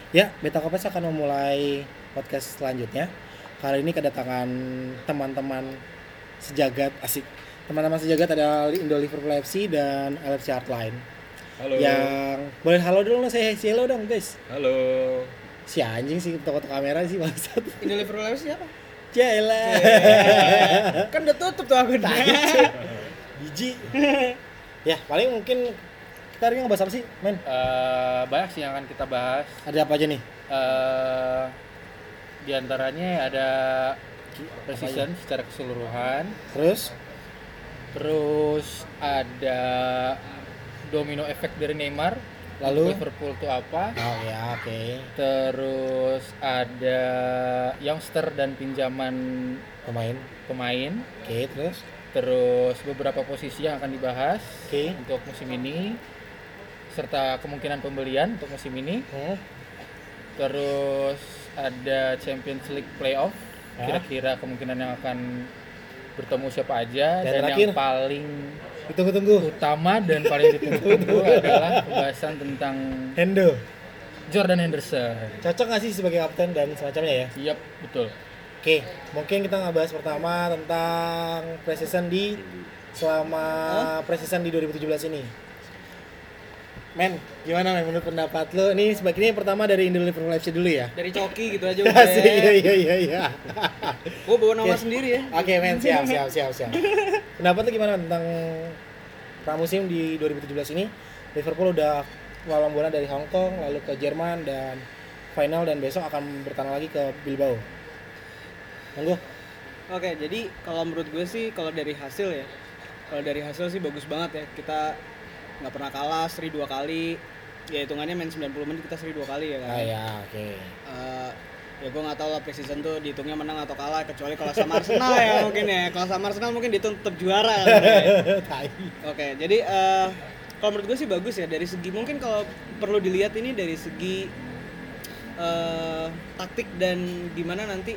Ya, Beta Kopes akan memulai podcast selanjutnya. Kali ini kedatangan teman-teman sejagat, asik. Teman-teman sejagat ada Indo Liverpool FC dan LFC Hardline. Halo. Yang boleh halo dulu dong, saya hello dong guys. Halo. Si anjing sih toko kamera sih bangsat. Indo Liverpool FC siapa? Jalan. Kan udah tutup tuh akunnya. Biji. Ya, paling mungkin kita hari ini ngebahas apa sih, men? Banyak sih yang akan kita bahas. Ada apa aja nih? Di antaranya ada precision secara keseluruhan. Terus Ada domino efek dari Neymar. Lalu? Liverpool itu apa? Oh ya, oke. Terus ada youngster dan pinjaman pemain. Oke, terus? Terus beberapa posisi yang akan dibahas Oke. untuk musim ini, serta kemungkinan pembelian untuk musim ini. Terus ada Champions League playoff, Ya. kira-kira kemungkinan yang akan bertemu siapa aja. Dan Dan terakhir? yang paling Tunggu. utama dan paling ditunggu adalah pembahasan tentang Hendo. Jordan Henderson. Cocok nggak sih sebagai kapten dan semacamnya ya? Siap, betul. Oke, mungkin kita ngebahas pertama tentang preseason selama preseason di 2017 ini. Men, gimana men menurut pendapat lo? Ini sebaiknya pertama dari Indo Liverpool FC dulu ya. Dari Coki gitu aja Asik, udah. iya. Gue bawa nama Oke. sendiri ya. Oke men, siap. Pendapat lo gimana tentang pramusim di 2017 ini? Liverpool udah malam bola dari Hong Kong, lalu ke Jerman dan final dan besok akan bertanding lagi ke Bilbao. Monggo. Oke, jadi kalau menurut gue sih kalau dari hasil ya. Kalau dari hasil sih bagus banget ya. Kita nggak pernah kalah, seri 2 kali. Ya hitungannya main 90 menit kita seri 2 kali ya kan. Ah ya, oke. Ya gue nggak tahu lah preseason tuh dihitungnya menang atau kalah, kecuali kalau sama Arsenal ya mungkin ya. Kalau sama Arsenal mungkin dihitung tetap juara kan, ya. Tai. Oke, jadi kalau menurut gue sih bagus ya dari segi, mungkin kalau perlu dilihat ini dari segi taktik dan gimana nanti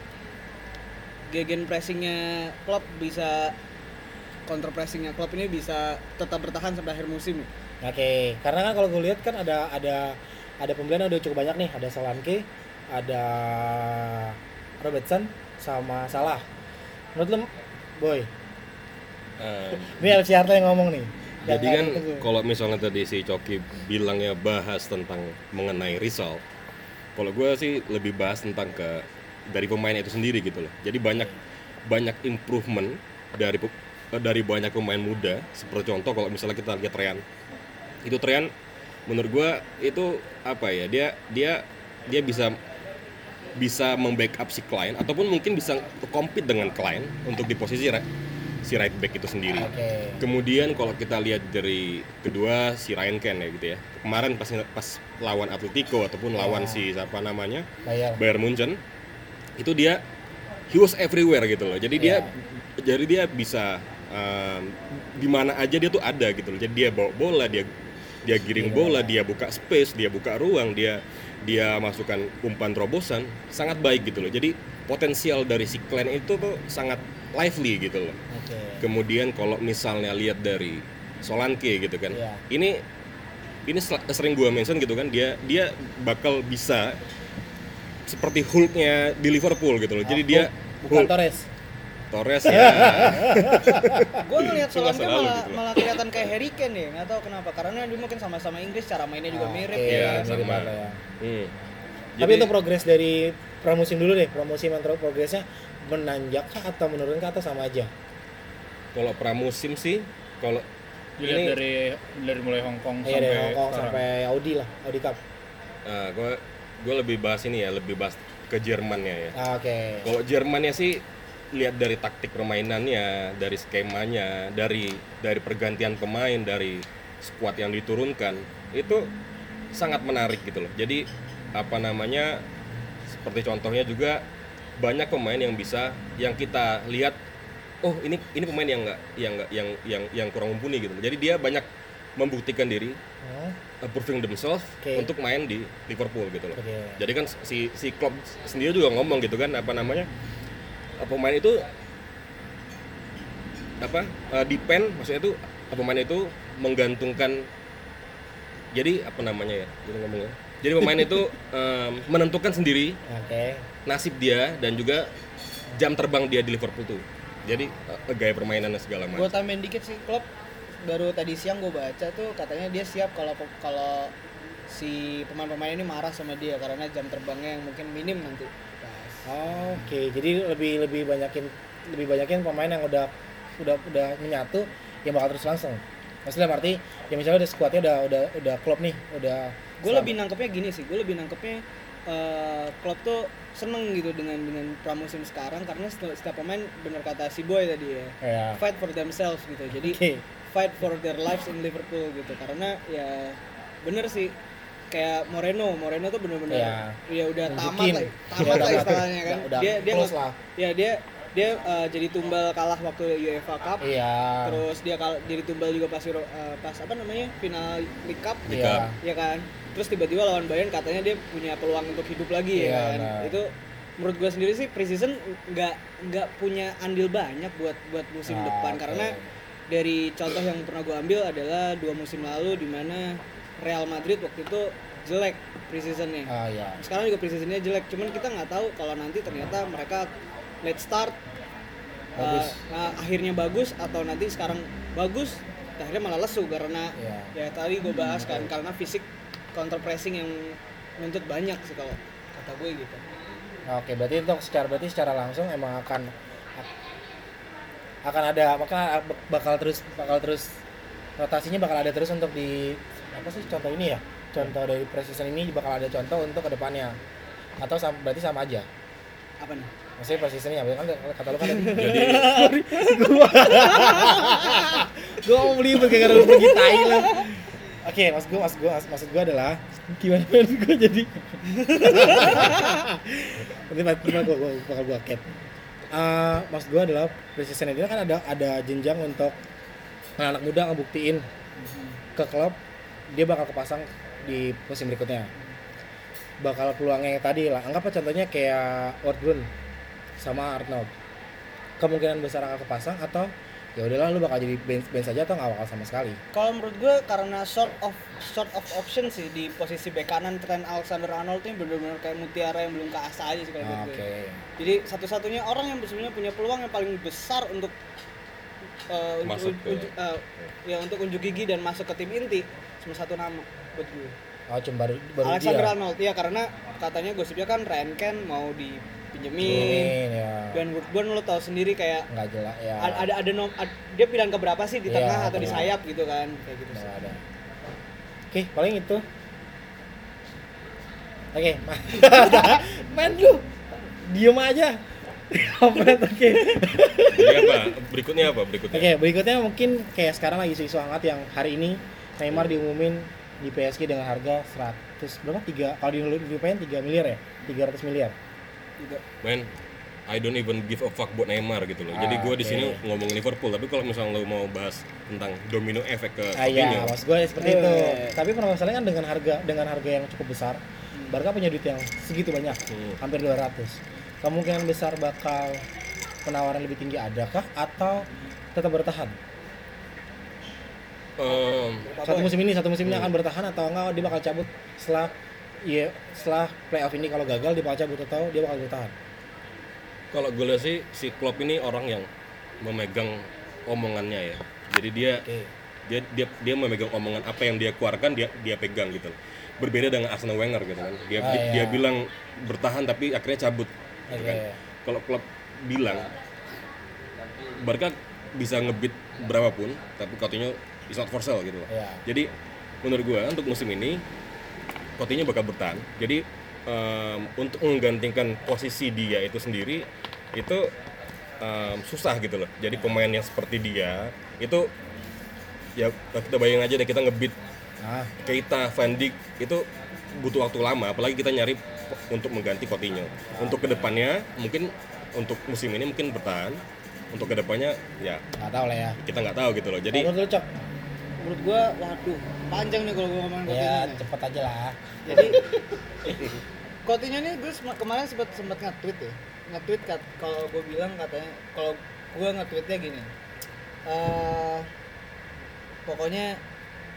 gegen pressingnya Klopp bisa, counter pressingnya Klopp ini bisa tetap bertahan sampai akhir musim. Oke, karena kan kalau gue lihat kan ada pembelian yang udah cukup banyak nih, ada Solanke, ada Robertson sama Salah. Menurut lo, Boy, ini LC Harta yang ngomong nih. Jadi Yang kan tunggu. kalau misalnya tadi si Coki bilangnya bahas tentang mengenai result, kalau gue sih lebih bahas tentang dari pemain itu sendiri gitu loh. Jadi banyak improvement dari banyak pemain muda. Seperti contoh kalau misalnya kita lihat Trian menurut gue itu apa ya, dia bisa membackup si klien ataupun mungkin bisa compete dengan klien untuk di posisi si right back itu sendiri. Oke. Kemudian kalau kita lihat dari kedua si Ryan Kent ya gitu ya. Kemarin pas lawan Atletico ataupun lawan si siapa namanya? Bayern Munchen, itu he was everywhere gitu loh. Jadi dia bisa di mana aja dia tuh ada gitu loh. Jadi dia bawa bola, dia giring bola, dia buka space, dia buka ruang, dia masukkan umpan terobosan, sangat baik gitu loh. Jadi potensial dari si Klein itu tuh sangat lively gitu loh. Oke. Kemudian kalau misalnya lihat dari Solanke gitu kan, Iya. ini sering gue mention gitu kan, dia bakal bisa seperti Hulk-nya di Liverpool gitu loh. Jadi dia bukan Hulk. Torres. Ya. Gue ngelihat Solanke selalu gitu loh. malah kelihatan kayak Harry Kane ya, nggak tahu kenapa, karena dia mungkin sama-sama Inggris, cara mainnya juga mirip Oke, ya. mirip sama. banget ya. Tapi Jadi untuk progres dari pramusim dulu deh, pramusim antara progresnya menanjak kah atau menurun kah atau sama aja? kalau pramusim sih, kalau Dilihat ini dari mulai Hong Kong Iya dari sampai Hong Kong sekarang. sampai Audi Cup. gue lebih bahas ini ya, lebih bahas ke Jermannya ya. Oke. Kalau Jermannya sih lihat dari taktik permainannya, dari skemanya, dari pergantian pemain, dari skuad yang diturunkan, itu sangat menarik gitu loh. Jadi apa namanya, seperti contohnya juga banyak pemain yang kita lihat, oh ini pemain yang kurang mumpuni gitu. Jadi dia banyak membuktikan diri, proving themselves untuk main di Liverpool gitu loh. Jadi kan si Klopp sendiri juga ngomong gitu kan, apa namanya, pemain itu depend, maksudnya itu pemain itu menggantungkan, jadi apa namanya ya, gitu ngomongnya, Jadi pemain itu menentukan sendiri Oke. nasib dia dan juga jam terbang dia di Liverpool tuh. Jadi gaya permainannya segala Gue macam. tambahin dikit sih, Klopp baru tadi siang gue baca tuh katanya dia siap kalau si pemain-pemain ini marah sama dia karena jam terbangnya yang mungkin minim nanti. Oke, jadi lebih banyakin pemain yang udah menyatu yang bakal terus langsung. Maksudnya berarti ya misalnya udah skuadnya udah klub nih, udah Gue lebih nangkepnya gini sih, gue lebih nangkepnya Klopp tuh seneng gitu dengan pramusim sekarang karena setiap pemain bener kata si Boy tadi ya, ya. fight for themselves gitu. Jadi Oke. fight for their lives in Liverpool gitu. Karena ya bener sih kayak Moreno tuh bener-bener ya udah Nunjukin. tamat lah istilahnya kan. Udah Dia close lah. ya dia jadi tumbal kalah waktu UEFA Cup. Iya. Terus dia jadi tumbal juga pas apa namanya final League Cup. Iya. Ya kan. Terus tiba-tiba lawan Bayern katanya dia punya peluang untuk hidup lagi Iya, ya kan. nah. Itu menurut gue sendiri sih preseason nggak punya andil banyak buat musim depan oke. karena dari contoh yang pernah gue ambil adalah 2 musim lalu di mana Real Madrid waktu itu jelek preseasonnya. Oh iya. Sekarang juga preseasonnya jelek, cuman kita nggak tahu kalau nanti ternyata mereka late start Bagus. akhirnya bagus atau nanti sekarang bagus akhirnya malah lesu karena Iya. ya tadi gue bahas kan karena fisik counter pressing yang nuntut banyak sih kalau kata gue gitu. Oke, berarti secara langsung emang akan ada, maka bakal terus rotasinya bakal ada terus untuk di apa sih contoh ini ya? Contoh dari preseason ini bakal ada contoh untuk kedepannya. Atau berarti sama aja. Apa nih? Maksudnya preseasonnya kan kata lu kan tadi. Jadi Gua mau beli gara-gara lu pergi Thailand. Oke, maksud gua adalah gimana gua jadi. Nanti gua bakal gua cap. Maksud gua adalah preseason ini kan ada jenjang untuk anak muda ngebuktiin ke klub dia bakal kepasang di musim berikutnya. Bakal peluangnya yang tadi lah. Anggaplah contohnya kayak Ortbrun sama Arnold. Kemungkinan besar akan kepasang atau ya udahlah lu bakal jadi bench saja atau nggak bakal sama sekali. Kalau menurut gue karena short of option sih di posisi bek kanan Trent Alexander-Arnold ini benar-benar kayak mutiara yang belum keasa aja sih kalau menurut gue. Oke. Jadi satu-satunya orang yang sebenarnya punya peluang yang paling besar untuk untuk unjuk gigi dan masuk ke tim inti cuma satu nama buat gue. Oh, cuma baru Alexander-Arnold ya karena katanya gosipnya kan Ryan Kent mau dipinjemin. ya. Dan Woodburn lo tau sendiri kayak Nggak jelas ya. dia pilihan keberapa sih di Iya, tengah atau di benar. sayap gitu kan kayak gitu sih. Nggak ada. Oke, paling itu. Oke, main lu. Diem aja. Oke. jadi apa? Berikutnya apa? Oke, berikutnya mungkin kayak sekarang lagi isu-isu hangat yang hari ini Neymar diumumin di PSG dengan harga 100 berapa? 3 kalau dilupain 3 miliar ya? 300 miliar. Juga. Men, I don't even give a fuck buat Neymar gitu loh. Jadi gue di sini ngomongin Liverpool, tapi kalau misalnya lo mau bahas tentang domino efek ke Iya, Coutinho, maksud gue seperti itu. Tapi permasalahannya kan dengan harga yang cukup besar. Barca punya duit yang segitu banyak, hampir 200. Kemungkinan besar bakal penawaran lebih tinggi adakah atau tetap bertahan? Satu musim ini akan bertahan atau enggak dia bakal cabut setelah playoff ini kalau gagal dia bakal cabut atau dia bakal bertahan? kalau gue lihat sih si Klopp ini orang yang memegang omongannya ya. Jadi dia memegang omongan apa yang dia keluarkan dia pegang gitu loh. Berbeda dengan Arsene Wenger gitu kan. Dia bilang bertahan tapi akhirnya cabut. Gitu kan. Kalau Klopp bilang Barca bisa ngebit berapapun tapi Coutinho is not for sale gitu loh. Jadi menurut gue untuk musim ini Coutinho bakal bertahan. Jadi untuk menggantikan posisi dia itu sendiri itu susah gitu loh. Jadi pemain yang seperti dia itu ya kita bayangin aja deh kita ngebit Keita, Van Dijk itu butuh waktu lama. Apalagi kita nyari untuk mengganti Coutinho. Untuk kedepannya mungkin untuk musim ini mungkin bertahan. Untuk kedepannya ya Nggak tahu lah ya. kita nggak tahu gitu loh. Jadi Menurut lu, Cok? Menurut gua waduh panjang nih kalau gua ngomongin Coutinho Ya nih. cepet aja lah. Jadi Coutinho nih gue kemarin sempat nge-tweet ya. Nge-tweet kalau gue bilang katanya kalau gue nge-tweetnya gini. Pokoknya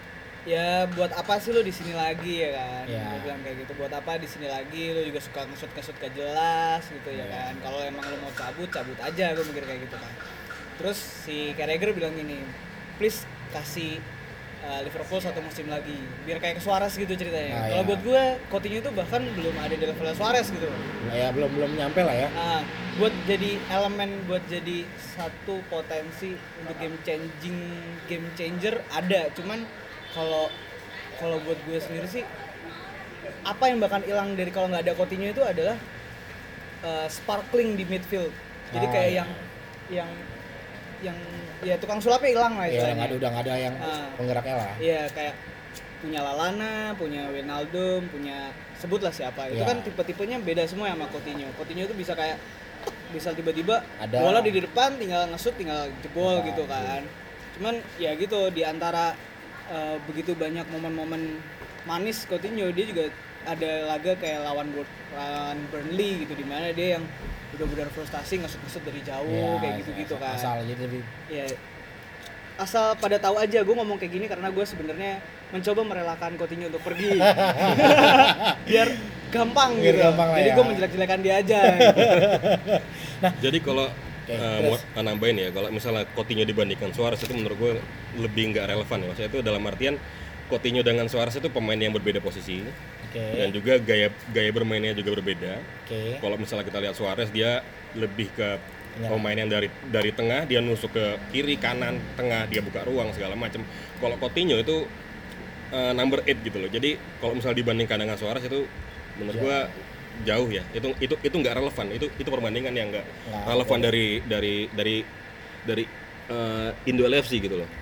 ya buat apa sih lo di sini lagi ya kan? Ya. Gue bilang kayak gitu, buat apa di sini lagi? Lo juga suka ngesut gak jelas gitu ya kan? Kalau emang lo mau cabut aja, gue mikir kayak gitu kan. Terus si Carragher bilang gini, please kasih Liverpool satu musim lagi, biar kayak ke Suarez gitu ceritanya. Nah, Kalau ya. buat gue, Coutinho itu bahkan belum ada di level Suarez gitu. Nah, ya belum nyampe lah ya. Nah, buat jadi elemen, buat jadi satu potensi untuk game changer ada. Cuman kalau buat gue sendiri sih, apa yang bakal hilang dari kalau nggak ada Coutinho itu adalah sparkling di midfield. Jadi kayak yang ya tukang sulapnya hilang lah Ya istilahnya. udah nggak ada yang penggeraknya lah. Iya, kayak punya Lallana, punya Wijnaldum, punya sebutlah siapa. Itu Ya. kan tipe-tipenya beda semua sama Coutinho. Coutinho itu bisa kayak bisa tiba-tiba Ada. bola di depan tinggal ngesut, tinggal jebol Depan, gitu kan. Cuman ya gitu, di antara begitu banyak momen-momen manis Coutinho, dia juga ada laga kayak lawan Burnley gitu, dimana dia yang benar-benar frustasi ngesut-ngesut dari jauh Ya, kayak gitu-gitu kan. Asal jadi lebih Ya, asal pada tahu aja gue ngomong kayak gini karena gue sebenarnya mencoba merelakan Coutinho untuk pergi biar gampang Biar gitu. gampang lah Jadi ya. gue menjelek-jelekan dia aja gitu. Jadi kalau terus. mau nambahin ya, kalau misalnya Coutinho dibandingkan Suarez itu menurut gue lebih nggak relevan ya. Maksudnya itu dalam artian Coutinho dengan Suarez itu pemain yang berbeda posisi Oke. dan juga gaya bermainnya juga berbeda. Oke. Kalau misalnya kita lihat Suarez, dia lebih ke Penyerang. pemain yang dari tengah, dia nusuk ke kiri, kanan, tengah, dia buka ruang segala macam. Kalau Coutinho itu number 8 gitu loh. Jadi kalau misalnya dibandingkan dengan Suarez itu menurut gua jauh ya. Itu nggak relevan. Itu perbandingan yang nggak relevan dari Indo LFC gitu loh.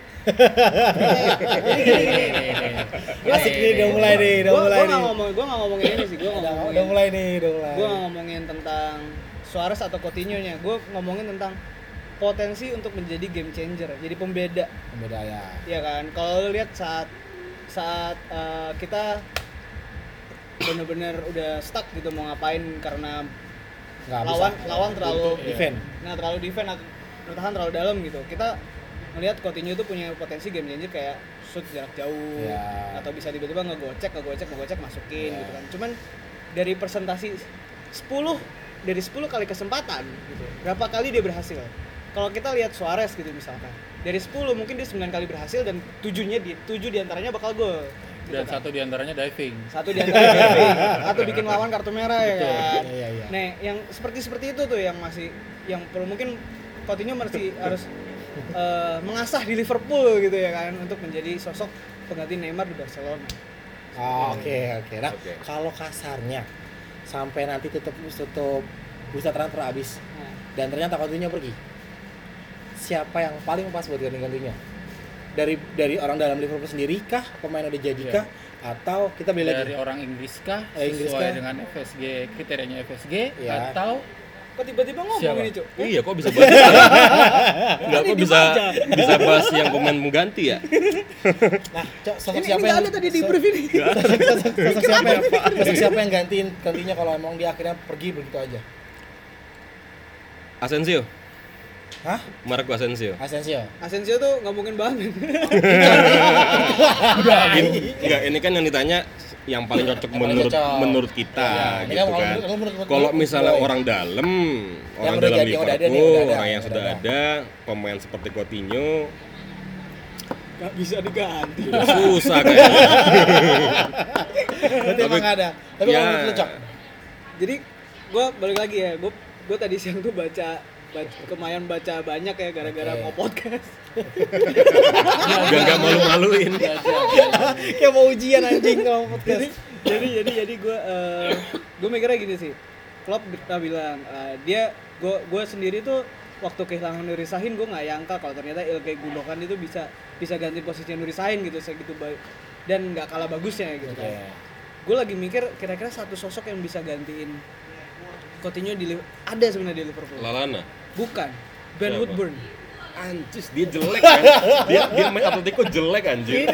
Asik nih, udah mulai nih, Gue nggak ngomongin ini sih, gue Udah mulai nih, udah mulai. gue nggak ngomongin tentang Suarez atau Coutinho-nya. Gue ngomongin tentang potensi untuk menjadi game changer, jadi pembeda. Beda ya. Ya kan, kalau lu lihat saat kita bener-bener udah stuck gitu mau ngapain karena Nggak lawan terlalu defend. Nah, terlalu defend atau bertahan terlalu dalam gitu. Kita melihat Coutinho itu punya potensi game changer kayak shoot jarak jauh Ya. atau bisa tiba-tiba ngegocek masukin Ya. gitu kan. Cuman dari persentasi 10 kali kesempatan gitu. Berapa kali dia berhasil? Kalau kita lihat Suarez gitu misalkan. Dari 10 mungkin dia 9 kali berhasil dan 7 diantaranya bakal gol. Gitu Dan kan. satu diantaranya diving. Satu diantaranya diving, atau bikin lawan kartu merah ya Betul. kan. Iya. Nah, yang seperti itu tuh yang perlu mungkin Coutinho masih harus mengasah di Liverpool gitu ya kan untuk menjadi sosok pengganti Neymar di Barcelona. Oke. Nah, Oke. kalau kasarnya sampai nanti tutup bursa transfer habis Nah, dan ternyata Coutinho pergi. Siapa yang paling pas buat ganti-gantinya? Dari orang dalam Liverpool sendiri kah? Pemain udah jadi kah? Atau kita beli lagi? Dari orang Inggris kah? Inggris Sesuai kah? dengan FSG, kriterianya FSG Ya. atau kok tiba-tiba ngomong Siapa? ini, Cuk? Iya, kok bisa bahas? Enggak, kok bisa bahas yang pemain mengganti ya? Nah, sosok Ini siapa nggak yang ada tadi di brief ini. sosok siapa yang gantinya kalau emang dia akhirnya pergi begitu aja? Asensio, Hah? Marco Asensio. Asensio tuh nggak mungkin banget. Enggak, ini kan yang ditanya yang paling cocok Yang paling cocok. menurut kita Ya, ini gitu kan kan. kalau menurut- Kalau misalnya boy. orang dalam, orang udah dalam jadi, yang udah ada nih, Liverpool, udah ada, orang yang yang sudah udah ada, pemain seperti Coutinho Nggak bisa diganti. udah susah kayaknya. Berarti emang nggak ada. Tapi ya, kalau menurut lu, Cok? Jadi gue balik lagi ya, gue tadi siang tuh lumayan baca banyak ya gara-gara Oke. mau podcast. Gak malu-maluin. Kayak mau ujian anjing kalau podcast. jadi gue mikirnya gini sih. Klopp pernah bilang gue sendiri tuh waktu kehilangan Nuri Sahin gue nggak nyangka kalau ternyata Ilkay Gundogan itu bisa ganti posisi Nuri Sahin gitu segitu baik dan nggak kalah bagusnya gitu kan. Gue lagi mikir kira-kira satu sosok yang bisa gantiin Coutinho ada sebenarnya di Liverpool. Lallana. Bukan, Ben Siapa? Woodburn. Anjis, dia jelek kan. Dia main Atletico jelek anjir.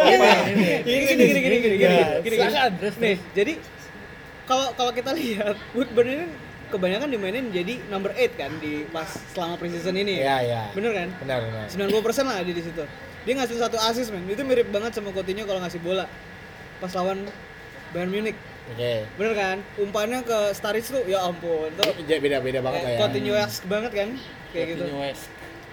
Gini. Nih, jadi kalau kita lihat Woodburn ini kebanyakan dimainin jadi number 8 kan di pas selama preseason ini. Iya. Bener kan? Benar. 90% lah ada di situ. Dia ngasih 1 assist men. Itu mirip banget sama Coutinho kalau ngasih bola pas lawan Bayern Munich. Oke. Bener kan? Umpannya ke Sturridge tuh ya ampun. Tuh Beda-beda banget lah ya. Coutinho-esque banget kan? Kayak gitu. Coutinho West.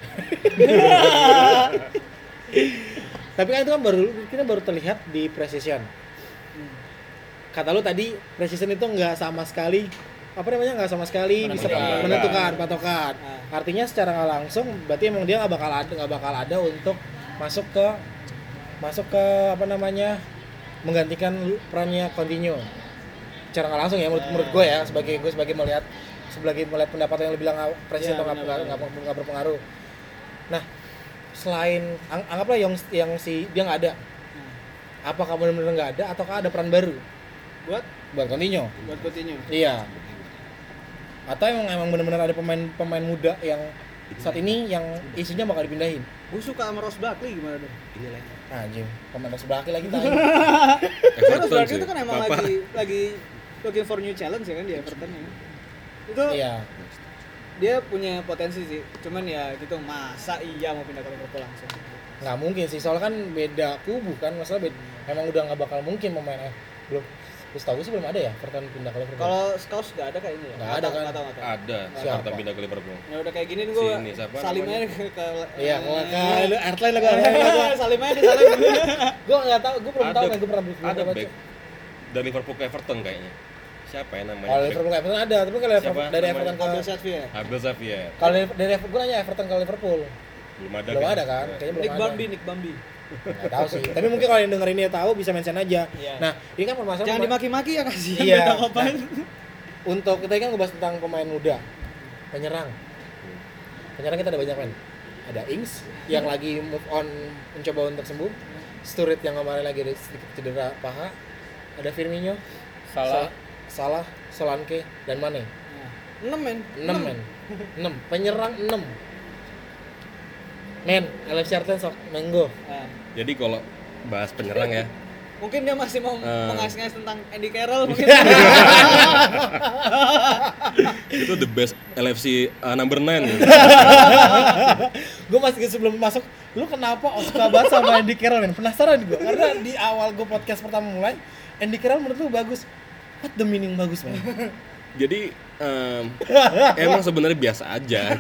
Tapi kan itu kan kita baru terlihat di precision. Kata lu tadi precision itu nggak sama sekali nggak sama sekali bisa menentukan patokan. Artinya secara nggak langsung berarti emang dia nggak bakal ada untuk masuk ke menggantikan perannya Coutinho. Secara nggak langsung ya menurut gue ya sebagai melihat pendapat yang lu bilang precision atau nggak berpengaruh. Nah, selain anggaplah yang si dia nggak ada, apakah benar-benar nggak ada ataukah ada peran baru buat Coutinho? Buat Coutinho. Iya. Atau emang benar-benar ada pemain muda yang saat ini yang isunya bakal dipindahin. Gue suka sama Ross Barkley gimana dong? Ini lah. Anjing, pemain Ross Barkley lagi tadi. Ross Everton Barkley sih. itu kan emang Papa. lagi looking for new challenge ya kan di Everton ya. Itu Iya. dia punya potensi sih. Cuman ya gitu masa iya mau pindah ke Liverpool langsung. Nggak mungkin sih, soalnya kan beda kubu kan, masalah emang udah nggak bakal mungkin pemain belum. Terus tahu sih belum ada ya Everton pindah ke Liverpool. Kalau Scouse nggak ada kayaknya ya. Nggak ada kan? Nggak tahu. Ada Siapa? Jakarta pindah ke Liverpool. Ya udah kayak gini nih gue Sini, siapa salim aja namanya? ke Iya, kalau Artline lagi salim aja disalim. gue nggak tahu, gue belum tahu kan, gue pernah ada back dari Liverpool ke Everton kayaknya. Siapa ya namanya? Kalau Back? Liverpool ke Everton ada, tapi kalau Siapa dari namanya? Everton ke Abdul Xavier. Abdul Xavier. kalau dari gue nanya Everton ke Liverpool Belum ada. belum ada kan? Kayaknya belum Nick ada. Bambi. Nggak tahu sih. Tapi mungkin kalau yang denger ini tahu bisa mention aja. Iya. Nah, ini kan permasalahan. Jangan dimaki-maki ya kasih. Iya. Ngapain? Untuk kita kan ngebahas tentang pemain muda, penyerang kita ada banyak kan. Ada Ings yang lagi move on mencoba untuk sembuh, Sturridge yang kemarin lagi ada sedikit cedera paha, ada Firmino, Salah, Solanke dan Mane. 6 men. 6 men. 6 penyerang 6. Men, Alex Charlton sok menggo. Nah, Jadi kalau bahas penyerang ya, mungkin dia masih mau mengais-ngais tentang Andy Carroll mungkin. itu the best LFC number 9 gitu. Gue masih sebelum masuk, lu kenapa suka banget sama Andy Carroll men? Penasaran gue, karena di awal gue podcast pertama mulai, Andy Carroll menurut lu bagus. What the meaning bagus men? Jadi emang sebenarnya biasa aja.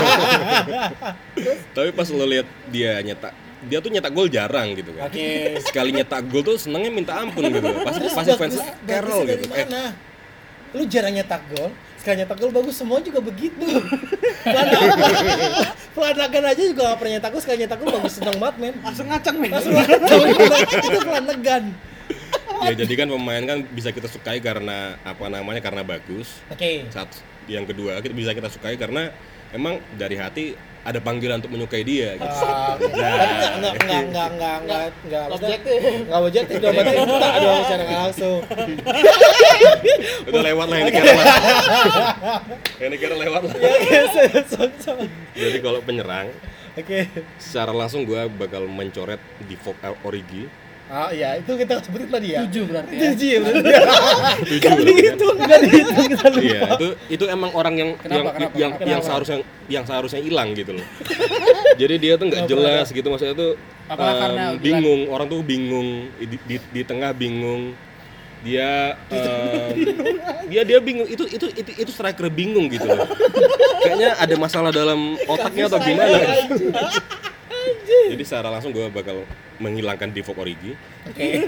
Tapi pas lo lihat dia tuh nyetak gol jarang gitu kan. Oke. Sekali nyetak gol tuh senengnya minta ampun gitu. Pasti fans Carroll gitu. Mana? Lu jarang nyetak gol, sekali nyetak gol bagus, semua juga begitu. Pelanagan aja juga gak pernah nyetak gol, sekali nyetak gol bagus, seneng banget men. Langsung ngaceng men. Itu pelanagan. Ya jadi kan pemain kan bisa kita sukai karena karena bagus. Oke. Yang kedua bisa kita sukai karena emang dari hati ada panggilan untuk menyukai dia gitu. Enggak Objektif. Enggak objektif dong, berarti tak ada secara nggak langsung. Udah lewat lah ini kira lewat lah. Jadi kalau penyerang Oke. secara langsung gue bakal mencoret di Origi. Ah iya, itu kita sebutin tadi ya. 7 berarti ya. 7 ya berarti. Kan Dihitung kita lupa. Iya, itu emang orang yang Kenapa? yang seharusnya hilang gitu loh. Jadi dia tuh nggak jelas gitu, maksudnya tuh Apakah karena bingung, orang tuh bingung di tengah bingung. Dia bingung, itu striker bingung gitu loh. Kayaknya ada masalah dalam otaknya atau gimana. Jadi secara langsung gue bakal menghilangkan Divock Origi. Oke.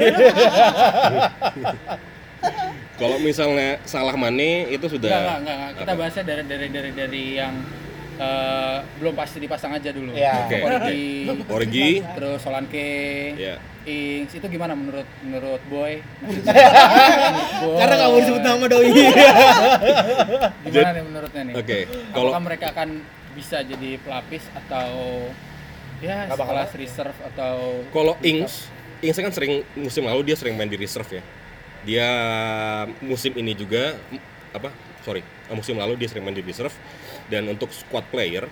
Kalau misalnya Salah Mane itu sudah Enggak. Kita bahasnya dari yang belum pasti dipasang aja dulu. Iya. Oke. Origi, Terus Solanke, ya. Ings, itu gimana menurut Boy? Karena nggak mau disebut nama doi. Gimana nih menurutnya nih? Oke, Apakah mereka akan bisa jadi pelapis atau ya Nggak bakal sekelas reserve atau Kalau Ings kan musim lalu dia sering main di reserve ya. Dia musim ini juga musim lalu dia sering main di reserve, dan untuk squad player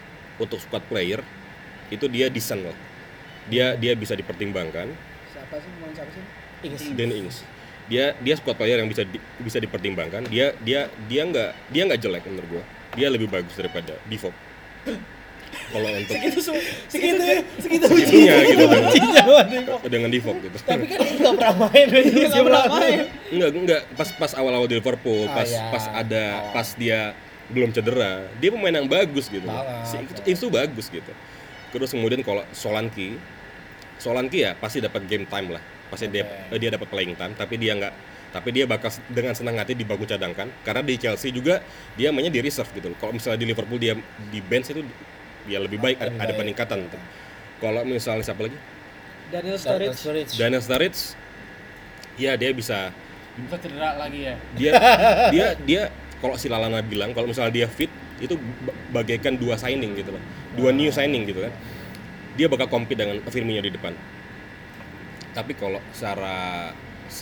itu dia decent lah. Dia bisa dipertimbangkan. Siapa sih? Dan Ings. Dia squad player yang bisa dipertimbangkan. Dia nggak jelek menurut gua. Dia lebih bagus daripada Divock. Kalau untuk segitunya gitu kan. Kuncinya waduh. Dengan Divock gitu. Tapi kan dia nggak pernah main di Dia musim nggak pernah lalu. main. Enggak, pas awal-awal di Liverpool, Ah, pas iya. pas pas dia belum cedera, dia pemain yang bagus gitu. Banget. Itu bagus gitu. Terus kemudian kalau Solanke ya pasti dapat game time lah. Pasti dia dapat playing time, tapi dia bakal dengan senang hati di bangku cadangkan karena di Chelsea juga dia mainnya di reserve gitu. Kalau misalnya di Liverpool dia di bench itu dia lebih baik, ada peningkatan. Kalau misalnya siapa lagi? Daniel Sturridge. Sturridge. Daniel Sturridge, ya dia bisa cedera lagi ya. dia kalau si Lalana bilang kalau misalnya dia fit itu bagaikan dua signing gitu loh, dua new signing gitu kan, dia bakal compete dengan Firmino di depan. Tapi kalau secara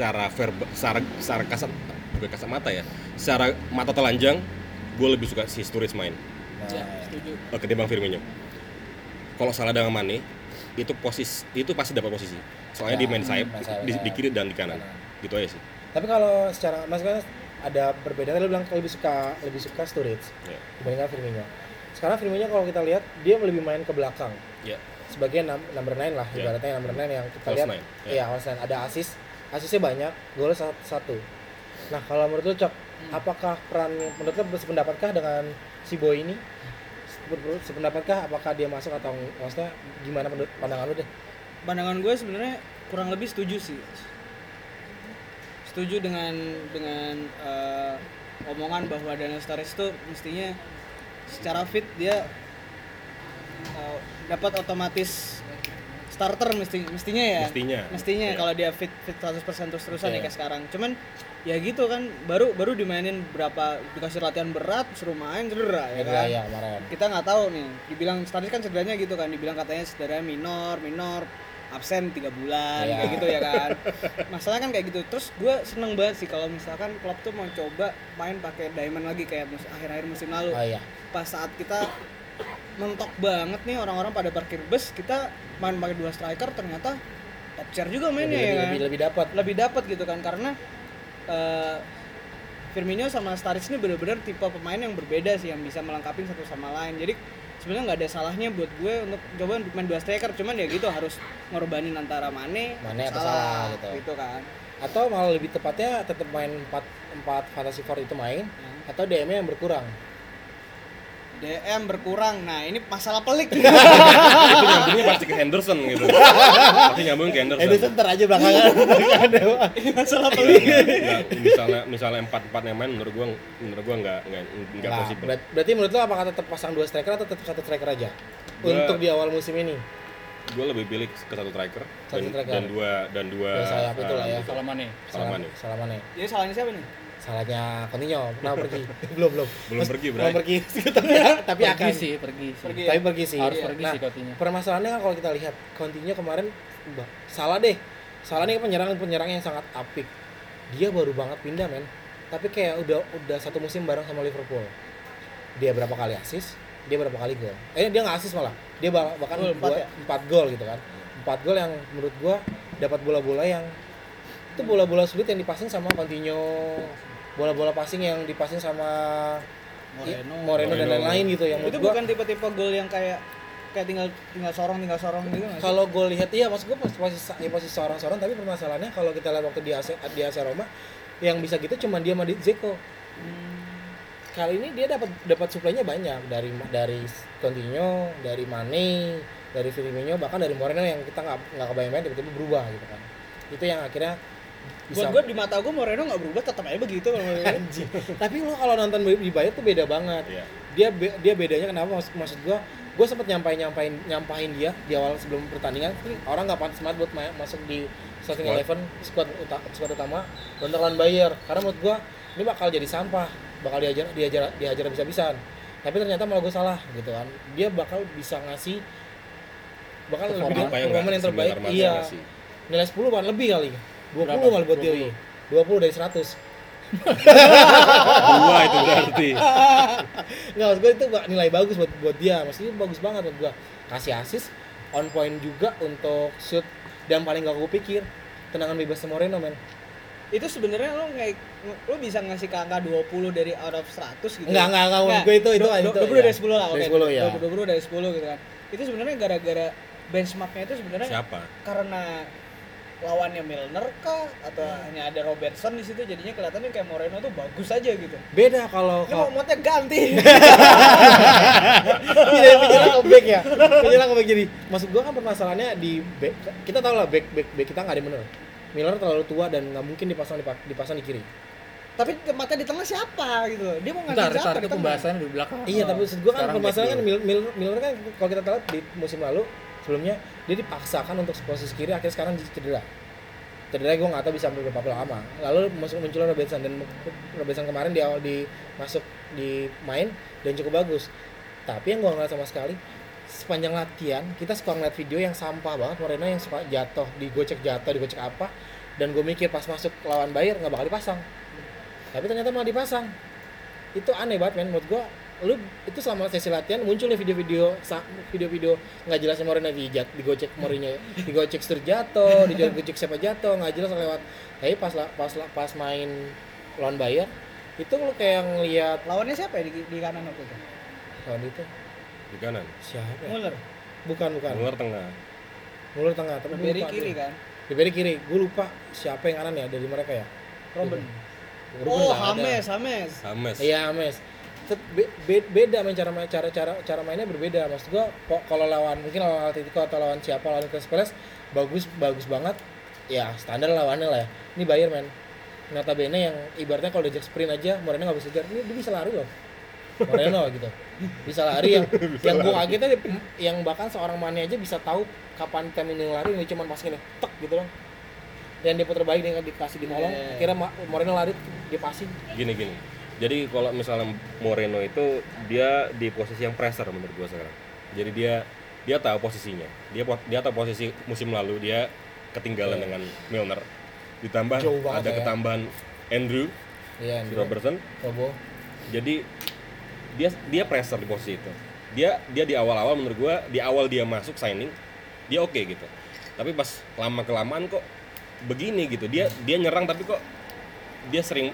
kasat bukan kasat mata ya, secara mata telanjang gue lebih suka si Sturridge main Ya, setuju. ketimbang Firmino. Kalau Salah dengan Mane itu pasti dapat posisi, soalnya Ya, dia main sayap main sayap, di kiri dan di kanan, gitu aja sih. Tapi kalau secara maksudnya ada perbedaan, lu bilang lebih suka Sturridge Ya. dibandingkan Firmino. Sekarang Firmino kalau kita lihat dia lebih main ke belakang. Ya. Sebagai number 9 lah, Ya. ibaratnya number 9 yang kita False lihat. nine, ya. Iya, false nine. Ada asisnya banyak, gol satu. Nah, kalau menurut lu Cok, apakah menurut lu sependapatkah dengan si Boy ini? Sependapatkah apakah dia masuk atau maksudnya gimana pandangan lu deh? Pandangan gue sebenarnya kurang lebih setuju sih. Setuju dengan omongan bahwa Daniel Sturridge itu mestinya secara fit dia dapat otomatis starter mestinya ya. Mestinya. Kalau dia fit 100% terus-terusan ya Iya. kayak sekarang. Cuman ya gitu kan baru dimainin dikasih latihan berat suruh main cedera ya kan. Iya, kemarin. Kita nggak tahu nih, dibilang Sturridge kan cederanya gitu kan, dibilang katanya cedera minor, absen 3 bulan Iya. kayak gitu ya kan. Masalahnya kan kayak gitu. Terus gue seneng banget sih kalau misalkan klub tuh mau coba main pakai diamond lagi kayak akhir-akhir musim lalu. Oh iya. Pas saat kita mentok banget nih orang-orang pada parkir bus, kita main pakai 2 striker ternyata top tier juga mainnya ya kan. Lebih dapat Lebih dapat gitu kan karena Firmino sama Sturridge ini benar-benar tipe pemain yang berbeda sih, yang bisa melengkapi satu sama lain. Jadi sebenarnya nggak ada salahnya buat gue untuk coba main 2 striker, cuman ya gitu harus ngorbanin antara Mane atau Salah gitu kan. Atau malah lebih tepatnya tetap main 4 fantasy four itu main atau DM-nya yang berkurang. DM berkurang. Nah, ini masalah pelik. Itu nyambungnya pasti ke Henderson gitu. Pasti nyambung ke Henderson. Edison ntar aja belakangan. Ini masalah Nggak, pelik. misalnya 4-4 yang main menurut gua nggak Nah, possible. berarti menurut lo apakah tetap pasang 2 striker atau tetap 1 striker aja? Untuk di awal musim ini. Gue lebih pilih ke satu striker, Satu striker. dan dua Dua sayap itu lah ya. Salah Mane. Salah Mane. Jadi salahnya siapa nih? Salahnya Coutinho, kenapa pergi? belum. Belum pergi, Bray. Belum pergi. tapi akan. Pergi sih. Tapi pergi sih. Harus Iya. pergi Nah, sih Coutinho. permasalahannya kan kalau kita lihat Coutinho kemarin Salah nih penyerang yang sangat apik. Dia baru banget pindah men. Tapi kayak udah satu musim bareng sama Liverpool. Dia berapa kali assist? Dia berapa kali gol? Dia nggak assist malah. Dia bahkan Gol, 4 gol gitu kan. 4 gol yang menurut gua dapat bola-bola yang itu bola-bola sulit yang dipasing sama Coutinho. Bola-bola passing yang dipasing sama Moreno dan lain-lain gitu yang Itu menurut gua bukan tipe-tipe gol yang kayak tinggal sorong gitu nggak sih? kalau gue lihat iya maksud gue posisi seorang-seorang, tapi permasalahannya kalau kita lihat waktu di AC Roma yang bisa gitu cuma dia sama Dzeko. Kali ini dia dapat suplainya banyak dari Coutinho, dari Mane, dari Firmino, bahkan dari Moreno yang kita nggak kebayang tiba-tiba berubah gitu kan. Itu yang akhirnya bisa. Buat gue di mata gue Moreno nggak berubah, tetap aja begitu. Anjing. Tapi lo kalau nonton di Bayern tuh beda banget. Iya. Dia bedanya kenapa? Maksud gue sempet nyampain dia di awal sebelum pertandingan. Orang nggak pantas banget buat masuk di starting 11 squad utama untuk lawan Bayern. Karena menurut gue ini bakal jadi sampah, bakal diajar habis-habisan. Tapi ternyata malah gue salah gitu kan. Dia bakal bisa ngasih lebih Apa yang performa yang terbaik. Iya. Nilai 10 bahkan lebih kali. 20 malah buat dia. 20 dari 100. Dua itu berarti. Nggak, maksud gue itu nilai bagus buat dia. Maksudnya bagus banget buat gue. Kasih assist, on point juga untuk shoot, dan paling gak gue pikir tendangan bebas Moreno men. itu sebenarnya lo bisa ngasih ke angka 20 dari out of 100 gitu. Enggak, menurut gue itu 20 dari 10 lah, dari oke. 10 ya. 20 dari 10 gitu kan. Itu sebenarnya gara-gara benchmarknya itu sebenarnya Siapa? karena lawannya Milner kah atau hanya ada Robertson di situ, jadinya kelihatannya kayak Moreno tuh bagus aja gitu. Beda kalau Ini mau modnya ganti. Iya, penyerang ke back ya. Penyerang ke back jadi. Maksud gua kan permasalahannya di back. Kita tahu lah back kita nggak ada yang bener. Miller terlalu tua dan nggak mungkin dipasang di kiri. Tapi tempatnya di tengah siapa gitu? Dia mau Bentar, ngasih siapa itu di tengah? pembahasannya di belakang. Iya, tapi maksud gua kan Sekarang permasalahannya kan back Miller kan kalau kita tahu di musim lalu sebelumnya dia dipaksakan untuk posisi kiri, akhirnya sekarang cedera. Cedera gue nggak tahu bisa sampai berapa lama. Lalu muncul Robertson dan Robertson kemarin di awal masuk di main dan cukup bagus. Tapi yang gue ngeliat sama sekali sepanjang latihan kita suka ngeliat video yang sampah banget Moreno yang suka digocek apa, dan gue mikir pas masuk lawan Bayern nggak bakal dipasang. Tapi ternyata malah dipasang. Itu aneh banget men menurut gue. Lu itu selama sesi latihan muncul nih video-video nggak jelasnya Moreno digocek Mourinho, digocek Sturridge digocek siapa jatuh nggak jelas lewat. Tapi pas main lawan Bayern itu lu kayak ngeliat Lawannya siapa ya di kanan waktu itu? lawan itu Di kanan. siapa ya? Muller. bukan Luar tengah. Muller tengah tapi Ribery kiri kan? Ribery kiri gue lupa siapa yang kanan ya dari mereka ya. Robben. Ruben Oh, nggak ada. James. Iya, Mes. Beda main cara mainnya berbeda. Maksud gua kalau lawan Atletico atau lawan siapa lawan Crystal Palace bagus banget. Ya, standar lawannya lah ya. Ini Bayern men. Notabene yang ibaratnya kalau diajak sprint aja Moreno enggak bisa kejar. Ini dia bisa lari loh. Moreno gitu. Bisa lari yang gua kagetnya yang bahkan seorang Mane aja bisa tahu kapan timing lari, ini cuma pas gini tek gitu loh. Dan dia putar balik dia dikasih di nolong, kira Moreno lari dia passing. Gini. Jadi kalau misalnya Moreno itu dia di posisi yang pressure menurut gua sekarang. Jadi dia tahu posisinya. Dia tahu posisi musim lalu dia ketinggalan dengan Milner. Ditambah Jauh banget ada ya. ketambahan Andrew Iya, Robertson. Robo. Jadi dia pressure di posisi itu. Dia di awal-awal menurut gua di awal dia masuk signing dia oke gitu. Tapi pas lama kelamaan kok begini gitu. Dia nyerang tapi kok dia sering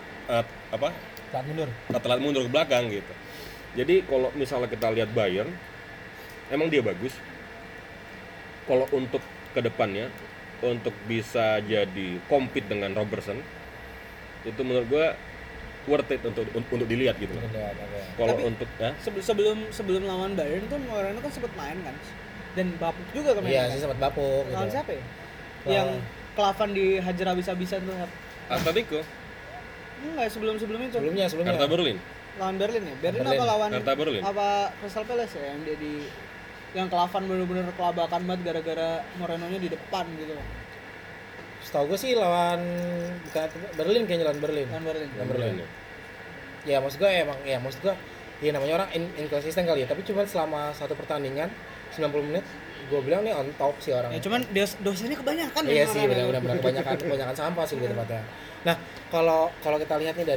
telat mundur ke belakang gitu. Jadi kalau misalnya kita lihat Bayern emang dia bagus. Kalau untuk kedepannya untuk bisa jadi compete dengan Robertson itu menurut gua worth it untuk dilihat gitu. Kalau Tapi- untuk ya Sebelum lawan Bayern tuh Moreno kan sempat main kan. Dan bapuk juga kemarin. Iya kan? sih sempat bapuk gitu. Lawan siapa ya? Lawan- Yang Klavan dihajar habis-habisan tuh. Atletico, Enggak, sebelum itu. Sebelumnya Hertha Berlin, Lawan Berlin ya. Berlin Berlin. apa lawan Hertha Berlin. apa Crystal Palace ya yang dia yang Klavan bener-bener kelabakan banget gara-gara Moreno-nya di depan gitu. Setahu gue sih lawan bukan Berlin kayaknya lawan Berlin. Lawan Berlin. Lawan Berlin. Ya maksud gue ya namanya orang inkonsisten kali ya, tapi cuma selama satu pertandingan 90 menit gue bilang nih on top sih orang. Ya cuman dosanya kebanyakan Iya ya, sih, Moreno. benar-benar kebanyakan sampah sih lebih tepatnya. Nah, kalau kita lihat nih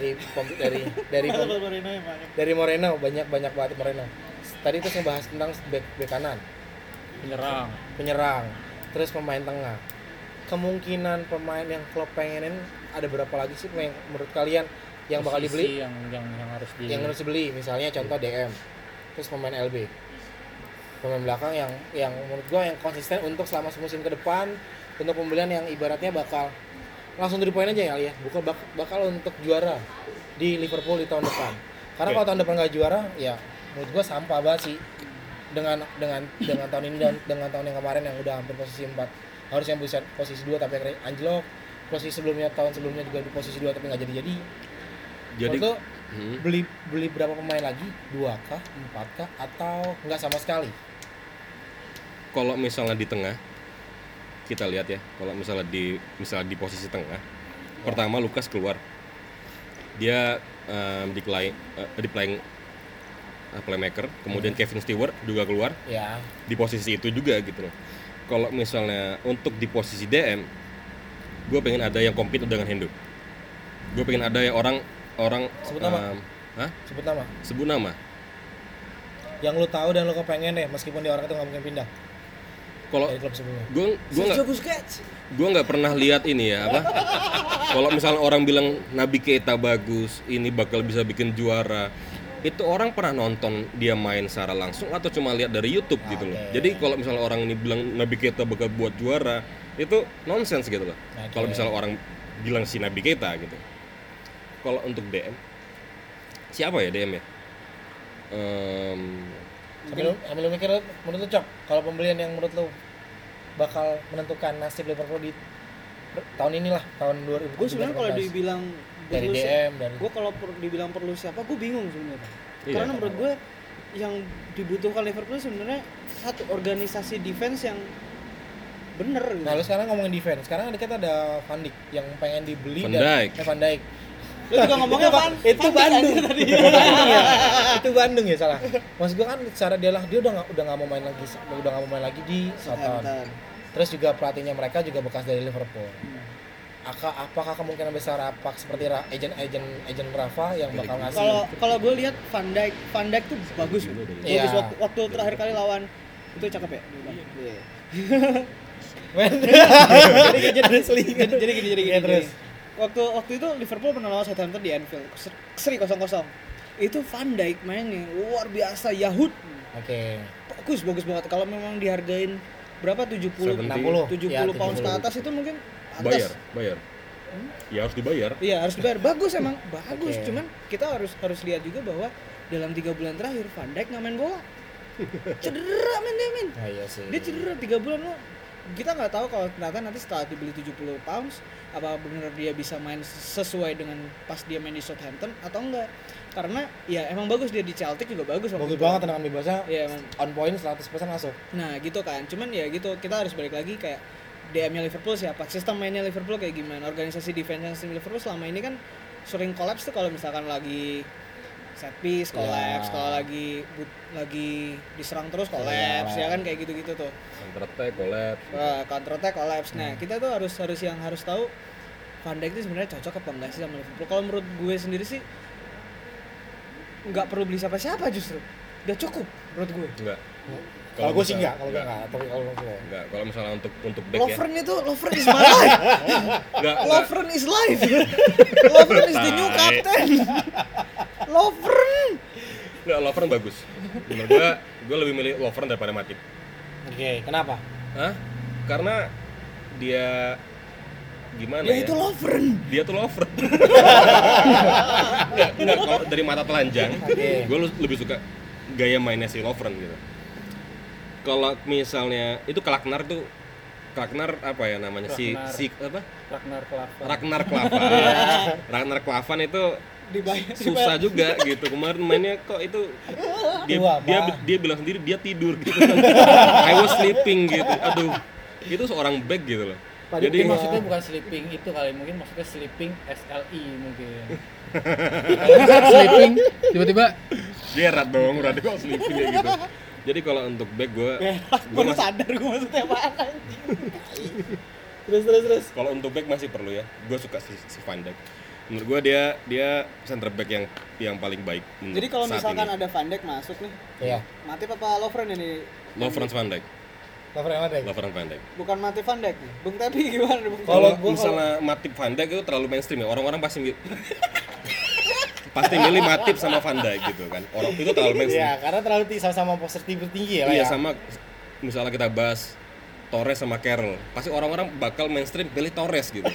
dari Moreno banyak banget Moreno. Tadi itu ngebahas tentang back kanan, penyerang, terus pemain tengah. Kemungkinan pemain yang klub pengenin ada berapa lagi sih yang menurut kalian yang bakal dibeli? yang harus Yang harus dibeli, misalnya contoh DM, terus pemain LB, pemain belakang yang menurut gua yang konsisten untuk selama semusim ke depan, untuk pembelian yang ibaratnya bakal langsung 3 poin aja ya, bukan bakal untuk juara di Liverpool di tahun depan. Karena kalau tahun depan nggak juara, ya menurut gua sampah banget sih dengan tahun ini dan dengan tahun yang kemarin yang udah hampir posisi 4, harusnya bisa posisi 2 tapi anjlok. Posisi tahun sebelumnya juga di posisi 2 tapi nggak jadi. Jadi Menurut lo, beli berapa pemain lagi? 2 kah, 4 kah, atau nggak sama sekali? kalau misalnya di tengah kita lihat ya, kalau misalnya di posisi tengah, pertama Lukas keluar, dia di playing playmaker, kemudian Kevin Stewart juga keluar Ya, di posisi itu juga gitu loh. Kalau misalnya untuk di posisi DM, gue pengen ada yang compete dengan Hendo. Gue pengen ada yang orang Sebut nama. sebut nama. Yang lu tahu dan lu kepengen deh, meskipun dia orang itu nggak mungkin pindah. Kalau dari klub sebelumnya. gue nggak pernah lihat ini ya apa. Kalau misalnya orang bilang Naby Keita bagus, ini bakal bisa bikin juara, itu orang pernah nonton dia main secara langsung atau cuma lihat dari YouTube gitu loh. Jadi kalau misalnya orang ini bilang Naby Keita bakal buat juara, itu nonsens gitu loh. Kalau misalnya orang bilang si Naby Keita gitu. Kalau untuk DM, siapa ya DM ya? Sambil lu mikir, menurut lu Cok, kalau pembelian yang menurut lu bakal menentukan nasib Liverpool di tahun inilah, tahun 2017. Gue sebenarnya kalau dibilang dari perlu DM, dari gue kalau dibilang perlu siapa, gue bingung sebenarnya. Iya. Karena menurut gue yang dibutuhkan Liverpool sebenarnya satu organisasi defense yang bener gitu. Nah, lu sekarang ngomongin defense. Sekarang kita ada Van Dijk yang pengen dibeli Van Dijk. Van Dijk. Lu juga ngomongnya Itu Bandung tadi. Itu Bandung ya. Itu Bandung ya salah. Maksud gua kan secara dia udah nggak mau main lagi di Southampton. Terus juga pelatihnya mereka juga bekas dari Liverpool. Apakah kemungkinan besar seperti agent Rafa yang bakal ngasih? Kalau gue lihat Van Dijk tuh bagus. Iya. Bagus waktu terakhir kali lawan itu cakep ya. Jadi gini. Terus. Waktu itu Liverpool pernah lawan Southampton di Anfield, seri 0-0. Itu Van Dijk mainnya luar biasa, Yahud. Oke. Bagus banget. Kalau memang dihargain berapa 70 pounds ke atas itu mungkin pantas. Bayar. Ya harus dibayar. Iya, harus dibayar. Bagus emang, bagus. Oke. Cuman kita harus lihat juga bahwa dalam 3 bulan terakhir Van Dijk nggak main bola. Cedera men. Nah, iya sih. Dia cedera 3 bulan loh. Kita nggak tahu kalau ternyata nanti setelah dibeli 70 pounds apa benar dia bisa main sesuai dengan pas dia main di Southampton atau enggak. Karena ya emang bagus dia di Celtic juga bagus. Bagus banget tendangan bebasnya. Iya emang. On point 100% masuk. Nah gitu kan. Cuman ya gitu kita harus balik lagi kayak DM-nya Liverpool siapa, sistem mainnya Liverpool kayak gimana, organisasi defense Liverpool selama ini kan sering collapse tuh kalau misalkan lagi set piece collapse, kalau lagi diserang terus collapse, ya kan kayak gitu-gitu tuh. Counter attack collapse. Nah, kita tuh harus tahu Van Dijk itu sebenarnya cocok apa enggak sih sama Liverpool. Kalau menurut gue sendiri sih nggak perlu beli siapa-siapa justru. Udah cukup menurut gue. Enggak. Kalau gue sih enggak, tapi kalau gue enggak. Kalau misalnya untuk back Lovren is my life. Enggak. Lovren is life. Lovren is the new captain. Lovren. Enggak, Lovren bagus. Menurut gue lebih milih Lovren daripada Matip. Oke, kenapa? Hah? Karena dia gimana Dia ya? itu Lovren. Dia tuh Lovren. Enggak, kalau dari mata telanjang, gue lebih suka gaya mainnya si Lovren gitu. Kalau misalnya itu Klaknar apa ya namanya? Si apa? Ragnar Klavan itu susah juga gitu. Kemarin mainnya kok itu dia bilang sendiri dia tidur gitu. I was sleeping gitu. Aduh. Itu seorang back gitu loh. Jadi maksudnya bukan sleeping itu kali, mungkin maksudnya sleeping SLI mungkin. Sleeping tiba-tiba Gerard dong, berarti kok sleeping kayak gitu. Jadi kalau untuk back gue Baru sadar gue maksudnya apaan anjing. Terus. Kalau untuk back masih perlu ya. Gue suka si Van Dijk. Menurut gue dia center back yang paling baik. Jadi kalau saat misalkan ini. ada Van Dijk masuk nih. Iya. Matip apa Lovren ini? Lovren Van Dijk. Lovren Van Dijk. Bukan Matip Van Dijk nih. Bung Tepi gimana Bung? Kalau misalnya Matip Van Dijk itu terlalu mainstream ya. Orang-orang pasti milih Matip sama Van Dijk gitu kan. Orang itu terlalu mainstream. Iya, karena terlalu sama poster tinggi ya lah Iya, ya. sama misalnya kita bahas Torres sama Carroll, pasti orang-orang bakal mainstream pilih Torres gitu.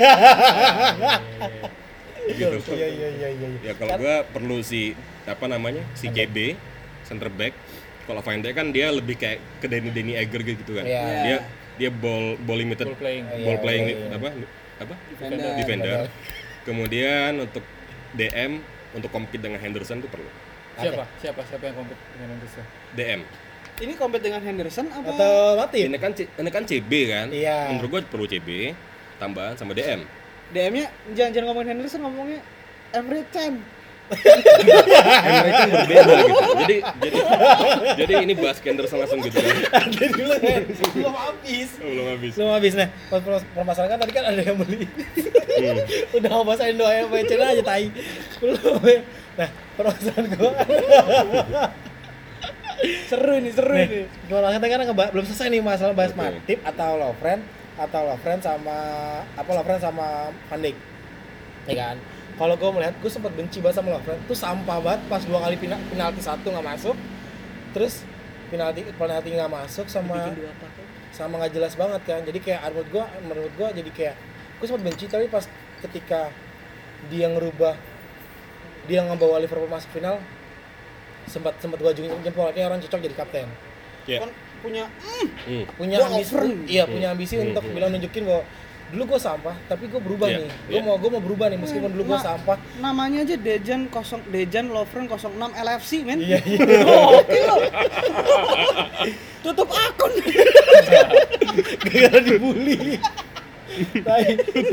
Gitu. Iya. Ya kalau gue perlu si CB center back. Kalau Van Dijk kan dia lebih kayak ke Danny Agger gitu kan. Iya. Dia ball limited, ball playing. Iya. apa? Defender. Defender. Kemudian untuk DM untuk compete dengan Henderson itu perlu. Siapa yang kompet dengan Henderson? DM. Ini compete dengan Henderson apa? Atau Matip? Ini kan CB kan. Iya. Menurut gue perlu CB tambahan sama DM. DM-nya jangan ngomongin Henderson, ngomongnya Emre Can. Emre Can berbeda gitu. Jadi ini bahas Henderson langsung gitu kan. Belum habis. Belum habis. Nah, permasalahan kan tadi kan ada yang beli. Udah mau bahasain doa yang baca aja tai. Belum. Nah, permasalahan gua. Seru ini. Nih, gimana kita kan belum selesai nih masalah bahas Oke. Matip atau Lovren sama Lovren sama Van Dijk. Ya kan? Kalau gue melihat, gue sempat benci banget sama Lovren. Tuh sampah banget pas 2 kali penalti 1 nggak masuk. Terus penalti nggak masuk Bikin 2 apa? sama nggak jelas banget kan. Jadi kayak menurut gue jadi kayak gue sempat benci, tapi pas ketika dia ngebawa Liverpool masuk final, sempat gue ajungin jempol, kayak orang cocok jadi kapten. Ya. Kan punya Punya Gua ambisi, Lovren. punya ambisi untuk bilang nunjukin bahwa dulu gue sampah, tapi gue berubah Iya, nih. iya. Gue mau berubah nih meskipun dulu gue Nah, sampah. namanya aja Dejan Lovren 06 LFC men. Iya. Gokil lo. Tutup akun. Gara-gara dibully. Tai.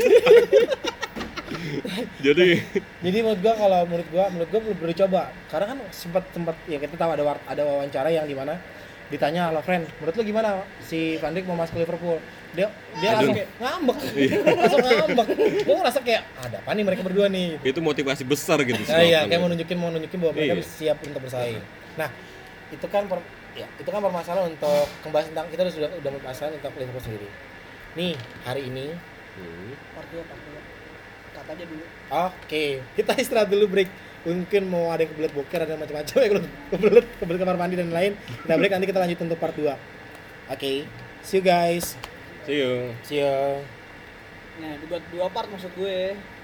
Jadi Jadi menurut gua perlu dicoba. Karena kan sempat ya kita tahu ada wawancara yang dimana ditanya Lovren, menurut lu gimana si Van Dijk mau masuk ke Liverpool? Dia Aduh. langsung kayak ngambek. Langsung ngambek. Gua ngerasa kayak ada apa nih mereka berdua nih. itu motivasi besar gitu. Nah, iya, Slot. kayak mau nunjukin bahwa mereka Iya. siap untuk bersaing. Nah, itu kan permasalahan untuk kembali tentang kita udah permasalahan untuk Liverpool sendiri. Nih, hari ini Part 2. Kata aja dulu. oke, kita istirahat dulu, break. Mungkin mau ada yang kebelet boker, ada macam-macam ya, kebelet kamar mandi dan lain. Kita break, nanti kita lanjut untuk part 2. Oke, see you guys. See you. See you. Nah, dibuat 2 part maksud gue.